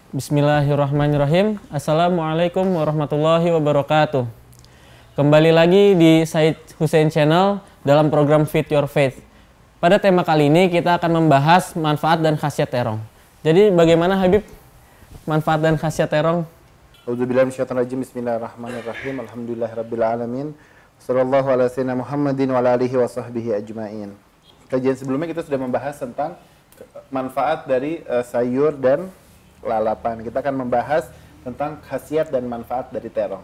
Bismillahirrahmanirrahim. Assalamualaikum warahmatullahi wabarakatuh. Kembali lagi di Said Hussein Channel dalam program Fit Your Faith. Pada tema kali ini kita akan membahas manfaat dan khasiat terong. Jadi bagaimana Habib manfaat dan khasiat terong? A'udzubillahi minasyaitonirrajim. Bismillahirrahmanirrahim. Alhamdulillahirabbil alamin. Sallallahu ala sayyidina Muhammadin wa ala alihi wa sahbihi ajmain. Kajian sebelumnya kita sudah membahas tentang manfaat dari sayur dan lalapan. Kita akan membahas tentang khasiat dan manfaat dari terong.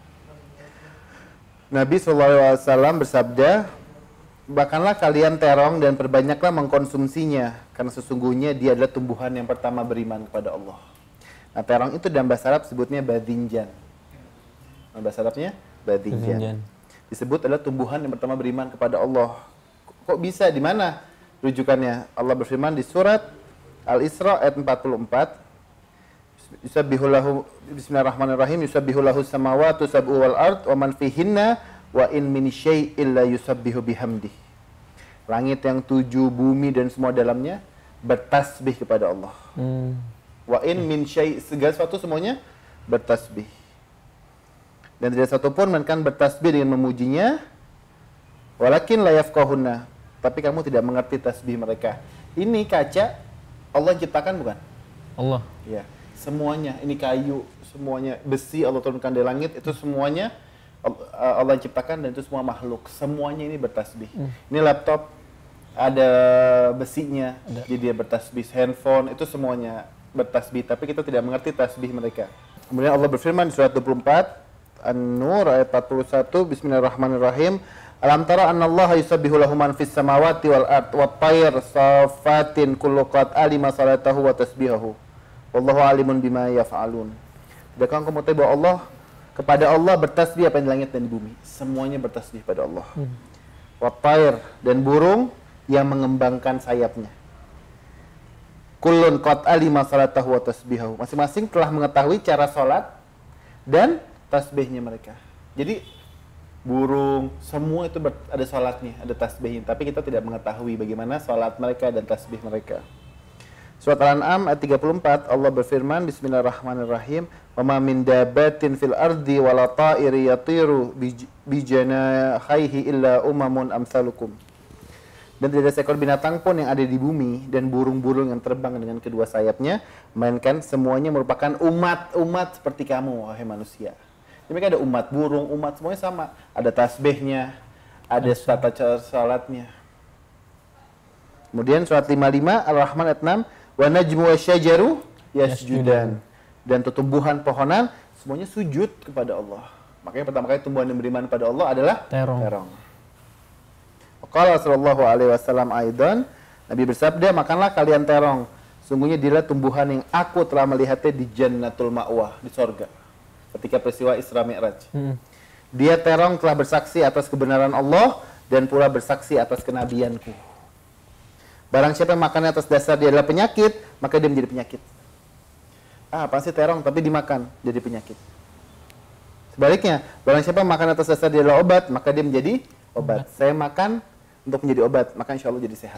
Nabi SAW bersabda, "Makanlah kalian terong dan perbanyaklah mengkonsumsinya, karena sesungguhnya dia adalah tumbuhan yang pertama beriman kepada Allah." Nah, terong itu dalam bahasa Arab sebutnya badinjan. Nah, bahasa Arabnya badinjan. Disebut adalah tumbuhan yang pertama beriman kepada Allah. Kok bisa? Di mana rujukannya? Allah berfirman di surat Al-Isra ayat 44. Yusabbihulahu bismillahirrahmanirrahim yusabbihulahu samawati sab'u wal ard wa man fihinna wa in min syai'in la yusabbihu bihamdi. Langit yang 7, bumi dan semua dalamnya bertasbih kepada Allah. Wa in min syai', segala sesuatu semuanya bertasbih. Dan tidak satu pun melainkan bertasbih dengan memujinya. Walakin la yafqahuna, tapi kamu tidak mengerti tasbih mereka. Ini kaca Allah ciptakan bukan? Allah. Ya. Semuanya, ini kayu, semuanya besi Allah turunkan dari langit, itu semuanya Allah ciptakan dan itu semua makhluk. Semuanya ini bertasbih. Ini laptop ada besinya, jadi dia bertasbih. Handphone itu semuanya bertasbih, tapi kita tidak mengerti tasbih mereka. Kemudian Allah berfirman di surat 24 An-Nur ayat 41, Bismillahirrahmanirrahim. Alam tara annallaha yusabbihu lahu man fis samawati wal ard wat tayr safatin kullu qad alima salatahu wa tasbihahu. Wallahu alimun bima yaf'alun. Tidakkah kamu tahu bahwa kepada Allah bertasbih apa yang di langit dan di bumi? Semuanya bertasbih pada Allah. Wat tayr, dan burung yang mengembangkan sayapnya. Kullun qad alima salatahu wa tasbihahu. Masing-masing telah mengetahui cara salat dan tasbihnya mereka. Jadi burung semua itu ada salatnya, ada tasbihnya, tapi kita tidak mengetahui bagaimana salat mereka dan tasbih mereka. Surat Al-An'am ayat 34 Allah berfirman Bismillahirrahmanirrahim, "Wa ma min dabbatin fil ardi wala ta'iri yatiru bi janahihi illa umamun amsalukum." Dan tidak ada seekor binatang pun yang ada di bumi dan burung-burung yang terbang dengan kedua sayapnya, melainkan semuanya merupakan umat-umat seperti kamu, wahai manusia. Jadi ada umat burung, umat semuanya sama. Ada tasbihnya, ada tata cara salatnya. Kemudian surat 55 Al-Rahman ayat 6, "Wa najmu wasyajaru yasjudan." Dan tumbuhan pohonan semuanya sujud kepada Allah. Makanya pertama kali tumbuhan yang beriman pada Allah adalah terong. Qala sallallahu alaihi wasallam aidan, Nabi bersabda, "Makanlah kalian terong. Sungguhnya dialah tumbuhan yang aku telah melihatnya di Jannatul Ma'wah, di sorga." Ketika peristiwa Isra Mi'raj. Dia terong telah bersaksi atas kebenaran Allah dan pula bersaksi atas kenabianku. Barang siapa yang makannya atas dasar dia adalah penyakit, maka dia menjadi penyakit. Apa sih terong tapi dimakan jadi penyakit. Sebaliknya, barang siapa yang makan atas dasar dia adalah obat, maka dia menjadi obat. Saya makan untuk menjadi obat, maka insya Allah jadi sehat.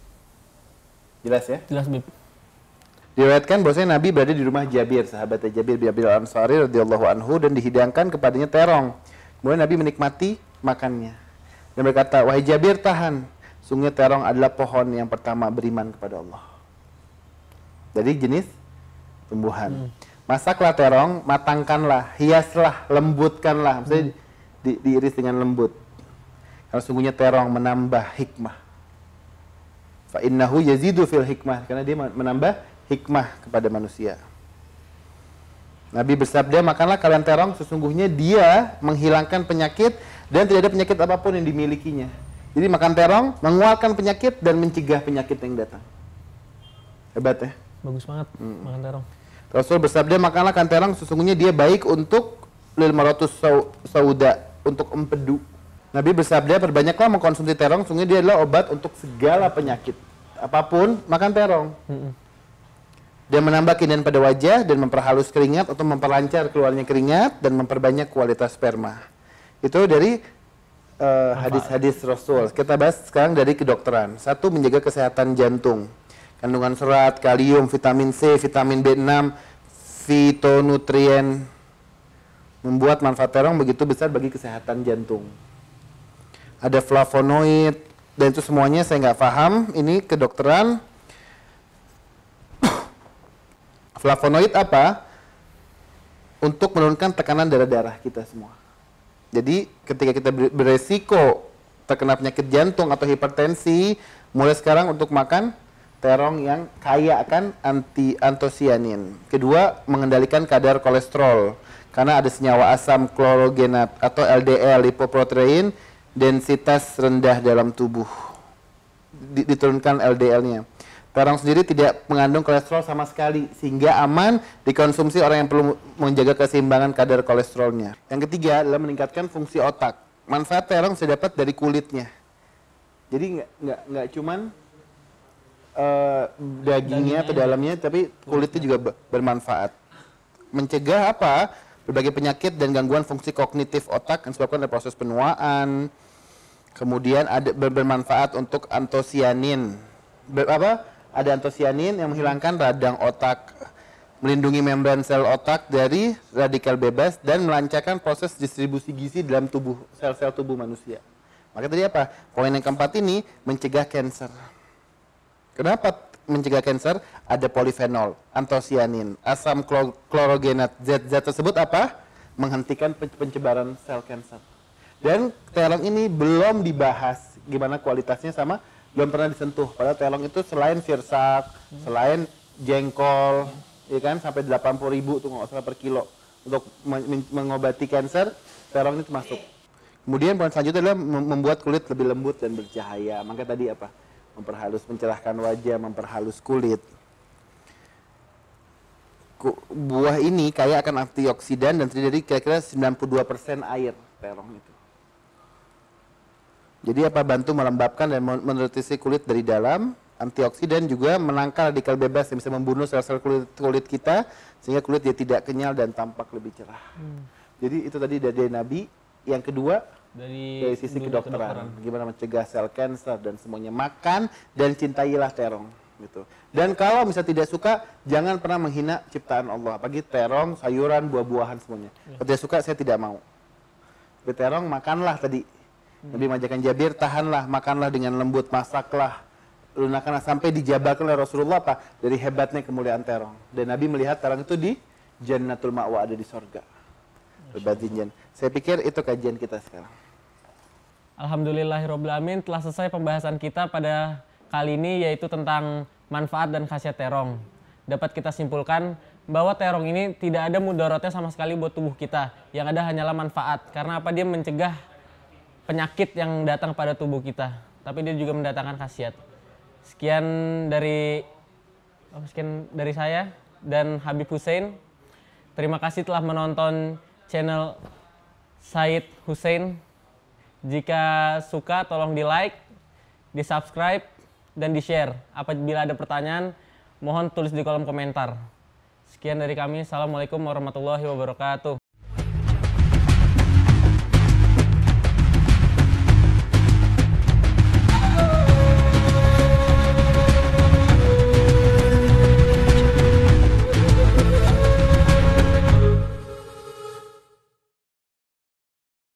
Jelas ya? Jelas, Bib. Diriwayatkan bahwasanya Nabi berada di rumah Jabir, sahabat Jabir bin Abi Al-Ansari radhiyallahu anhu, dan dihidangkan kepadanya terong. Kemudian Nabi menikmati makannya dan berkata, "Wahai Jabir, tahan. Sungguhnya terong adalah pohon yang pertama beriman kepada Allah." Jadi jenis tumbuhan. Masaklah terong, matangkanlah, hiaslah, lembutkanlah. Maksudnya diiris dengan lembut. Karena sungguhnya terong menambah hikmah. Fa innahu yazidu fil hikmah, karena dia menambah hikmah kepada manusia. Nabi bersabda, "Makanlah kalian terong, sesungguhnya dia menghilangkan penyakit dan tidak ada penyakit apapun yang dimilikinya." Jadi makan terong mengeluarkan penyakit dan mencegah penyakit yang datang. Hebat ya? Bagus banget makan terong. Rasul bersabda, "Makanlah kalian terong, sesungguhnya dia baik untuk lil maratus sauda, untuk empedu." Nabi bersabda, "Perbanyaklah mengkonsumsi terong, sesungguhnya dia adalah obat untuk segala penyakit. Apapun, makan terong." Dan menambah keindahan pada wajah dan memperhalus keringat atau memperlancar keluarnya keringat dan memperbanyak kualitas sperma. Itu dari hadis-hadis Rasul. Kita bahas sekarang dari kedokteran. Satu, menjaga kesehatan jantung. Kandungan serat, kalium, vitamin C, vitamin B6, fitonutrien membuat manfaat terong begitu besar bagi kesehatan jantung. Ada flavonoid, dan itu semuanya saya nggak paham, ini kedokteran. Flavonoid apa? Untuk menurunkan tekanan darah kita semua. Jadi ketika kita beresiko terkena penyakit jantung atau hipertensi, mulai sekarang untuk makan terong yang kaya akan antosianin. Kedua, mengendalikan kadar kolesterol karena ada senyawa asam klorogenat atau LDL, lipoprotein, densitas rendah dalam tubuh. Diturunkan LDL-nya. Terong sendiri tidak mengandung kolesterol sama sekali, sehingga aman dikonsumsi orang yang perlu menjaga keseimbangan kadar kolesterolnya. Yang ketiga adalah meningkatkan fungsi otak. Manfaat terong saya dapat dari kulitnya. Jadi nggak cuman dagingnya atau dalamnya, tapi kulitnya juga bermanfaat. Mencegah apa? Berbagai penyakit dan gangguan fungsi kognitif otak yang disebabkan oleh proses penuaan. Kemudian ada bermanfaat untuk antosianin. Ada antosianin yang menghilangkan radang otak, melindungi membran sel otak dari radikal bebas, dan melancarkan proses distribusi gizi dalam tubuh sel-sel tubuh manusia. Maka tadi apa? Poin yang keempat ini mencegah kanker. Kenapa mencegah kanker? Ada polifenol, antosianin, asam klorogenat. Zat-zat tersebut apa? Menghentikan penyebaran sel kanker. Dan terong ini belum dibahas gimana kualitasnya, sama belum pernah disentuh. Padahal terong itu selain sirsak, selain jengkol, ya kan, sampai 80.000 tuh nggak salah per kilo untuk mengobati kanker, terong itu masuk. Kemudian poin selanjutnya adalah membuat kulit lebih lembut dan bercahaya. Maka tadi apa? Memperhalus, mencerahkan wajah, memperhalus kulit. Buah ini kaya akan antioksidan dan terdiri kira-kira 92% air, terong itu. Jadi apa? Bantu melembabkan dan menutrisi kulit dari dalam. Antioksidan juga menangkal radikal bebas yang bisa membunuh sel-sel kulit kita, sehingga kulit dia tidak kenyal dan tampak lebih cerah. Jadi itu tadi dari Nabi. Yang kedua dari sisi kedokteran, gimana mencegah sel kanker dan semuanya. Makan dan cintailah terong gitu. Dan kalau misalnya tidak suka, jangan pernah menghina ciptaan Allah. Apalagi terong, sayuran, buah-buahan semuanya. Kalau tidak suka, saya tidak mau. Tapi terong makanlah tadi. Nabi majakan Jabir, tahanlah, makanlah dengan lembut, masaklah, lunakkanlah, sampai dijabarkan oleh Rasulullah apa? Dari hebatnya kemuliaan terong. Dan Nabi melihat terong itu di Jannatul Ma'wa, ada di sorga. Berbatinjan. Saya pikir itu kajian kita sekarang. Alhamdulillahirrahmanirrahim, telah selesai pembahasan kita pada kali ini, yaitu tentang manfaat dan khasiat terong. Dapat kita simpulkan bahwa terong ini tidak ada mudaratnya sama sekali buat tubuh kita. Yang ada hanyalah manfaat. Karena apa? Dia mencegah penyakit yang datang pada tubuh kita, tapi dia juga mendatangkan khasiat. Sekian dari saya dan Habib Hussein. Terima kasih telah menonton channel Said Hussein. Jika suka, tolong di like, di subscribe, dan di share. Apabila ada pertanyaan, mohon tulis di kolom komentar. Sekian dari kami. Assalamualaikum warahmatullahi wabarakatuh.